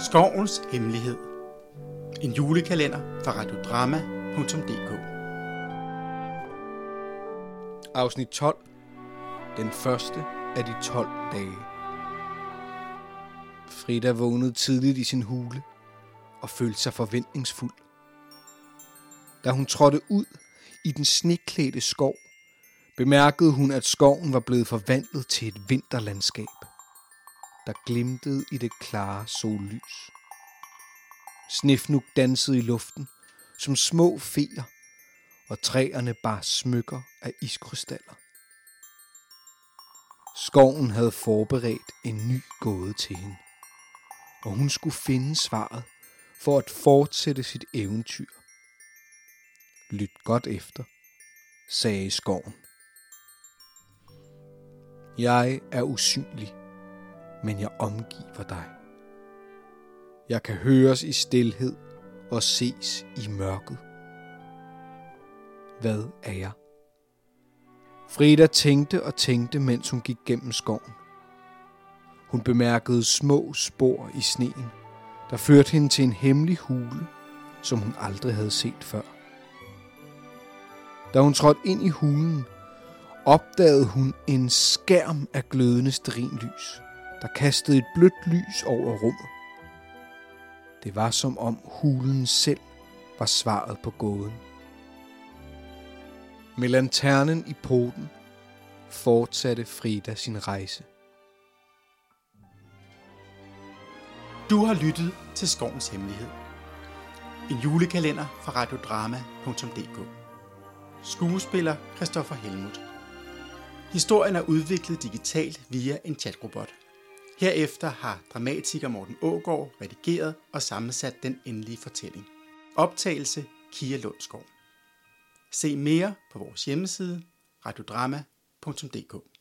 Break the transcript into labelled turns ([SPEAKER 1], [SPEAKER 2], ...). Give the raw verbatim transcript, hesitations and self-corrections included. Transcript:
[SPEAKER 1] Skovens hemmelighed. En julekalender fra radiodrama punktum d k.
[SPEAKER 2] Afsnit tolv. Den første af de tolv dage. Frida vågnede tidligt i sin hule og følte sig forventningsfuld. Da hun trådte ud i den sneklædte skov, bemærkede hun, at skoven var blevet forvandlet til et vinterlandskab, der glimtede i det klare sollys. Snefnug dansede i luften som små feer, og træerne bar smykker af iskrystaller. Skoven havde forberedt en ny gåde til hende, og hun skulle finde svaret for at fortsætte sit eventyr. Lyt godt efter, sagde skoven. Jeg er usynlig, men jeg omgiver dig. Jeg kan høres i stilhed og ses i mørket. Hvad er jeg? Frida tænkte og tænkte, mens hun gik gennem skoven. Hun bemærkede små spor i sneen, der førte hende til en hemmelig hule, som hun aldrig havde set før. Da hun trådte ind i hulen, opdagede hun en skærm af glødende stearinlys, der kastede et blødt lys over rummet. Det var som om hulen selv var svaret på gåden. Med lanternen i poten fortsatte Frida sin rejse.
[SPEAKER 1] Du har lyttet til Skovens hemmelighed. En julekalender fra radiodrama punktum d k. Skuespiller Christoffer Helmuth. Historien er udviklet digitalt via en chatrobot. Herefter har dramatiker Morten Aagaard redigeret og sammensat den endelige fortælling. Optagelse Kia Lundsgaard. Se mere på vores hjemmeside radiodrama punktum d k.